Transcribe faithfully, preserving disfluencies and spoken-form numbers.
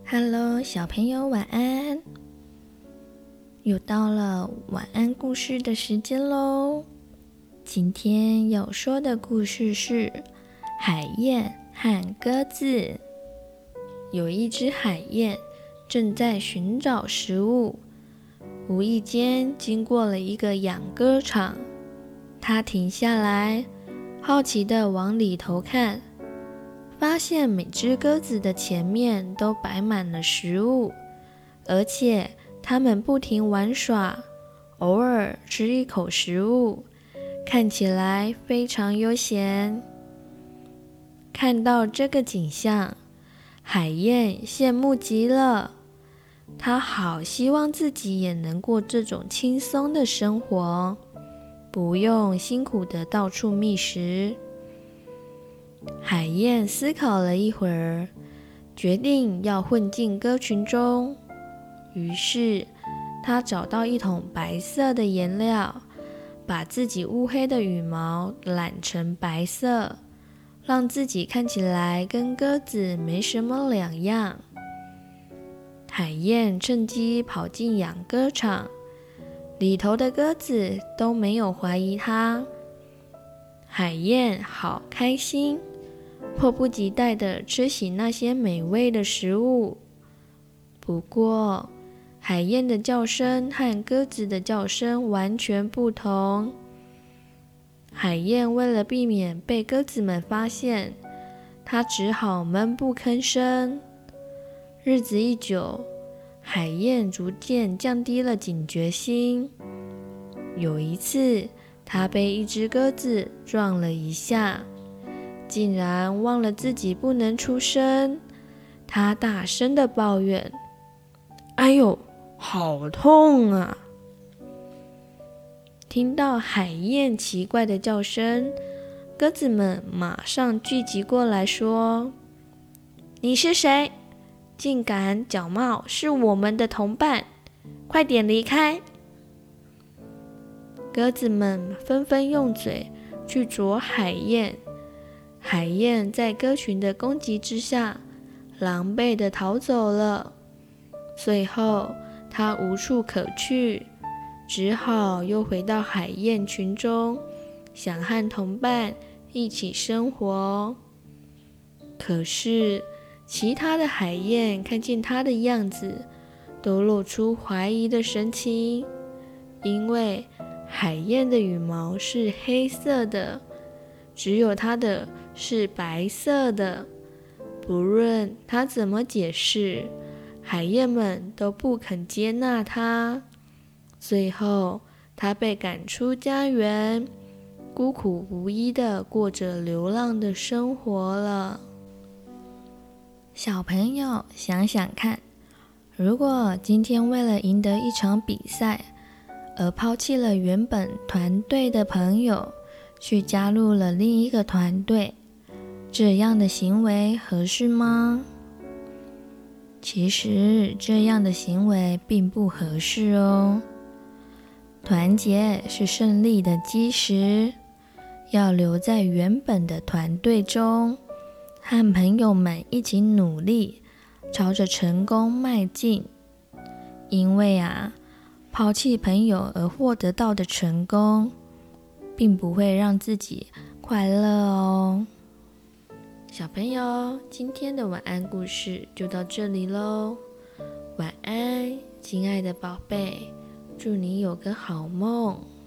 Hello， 小朋友晚安！又到了晚安故事的时间咯。今天要说的故事是海燕和鸽子。有一只海燕正在寻找食物，无意间经过了一个养鸽场。它停下来，好奇地往里头看，发现每只鸽子的前面都摆满了食物，而且它们不停玩耍，偶尔吃一口食物，看起来非常悠闲。看到这个景象，海燕羡慕极了，它好希望自己也能过这种轻松的生活，不用辛苦的到处觅食。海燕思考了一会儿，决定要混进鸽群中。于是，她找到一桶白色的颜料，把自己乌黑的羽毛染成白色，让自己看起来跟鸽子没什么两样。海燕趁机跑进养鸽场，里头的鸽子都没有怀疑她。海燕好开心，迫不及待地吃起那些美味的食物。不过，海燕的叫声和鸽子的叫声完全不同。海燕为了避免被鸽子们发现，它只好闷不吭声。日子一久，海燕逐渐降低了警觉心。有一次，它被一只鸽子撞了一下，竟然忘了自己不能出声。它大声地抱怨：“哎呦，好痛啊！”听到海燕奇怪的叫声，鸽子们马上聚集过来说：“你是谁？竟敢假冒是我们的同伴，快点离开！”鸽子们纷纷用嘴去啄海燕，海燕在鸽群的攻击之下，狼狈地逃走了。最后，它无处可去，只好又回到海燕群中，想和同伴一起生活。可是，其他的海燕看见它的样子，都露出怀疑的神情，因为海燕的羽毛是黑色的，只有它的是白色的。不论它怎么解释，海燕们都不肯接纳它。最后，它被赶出家园，孤苦无依地过着流浪的生活了。小朋友，想想看，如果今天为了赢得一场比赛，而抛弃了原本团队的朋友，去加入了另一个团队，这样的行为合适吗？其实这样的行为并不合适哦。团结是胜利的基石，要留在原本的团队中，和朋友们一起努力，朝着成功迈进。因为啊，抛弃朋友而获得到的成功，并不会让自己快乐哦。小朋友，今天的晚安故事就到这里咯。晚安，亲爱的宝贝，祝你有个好梦。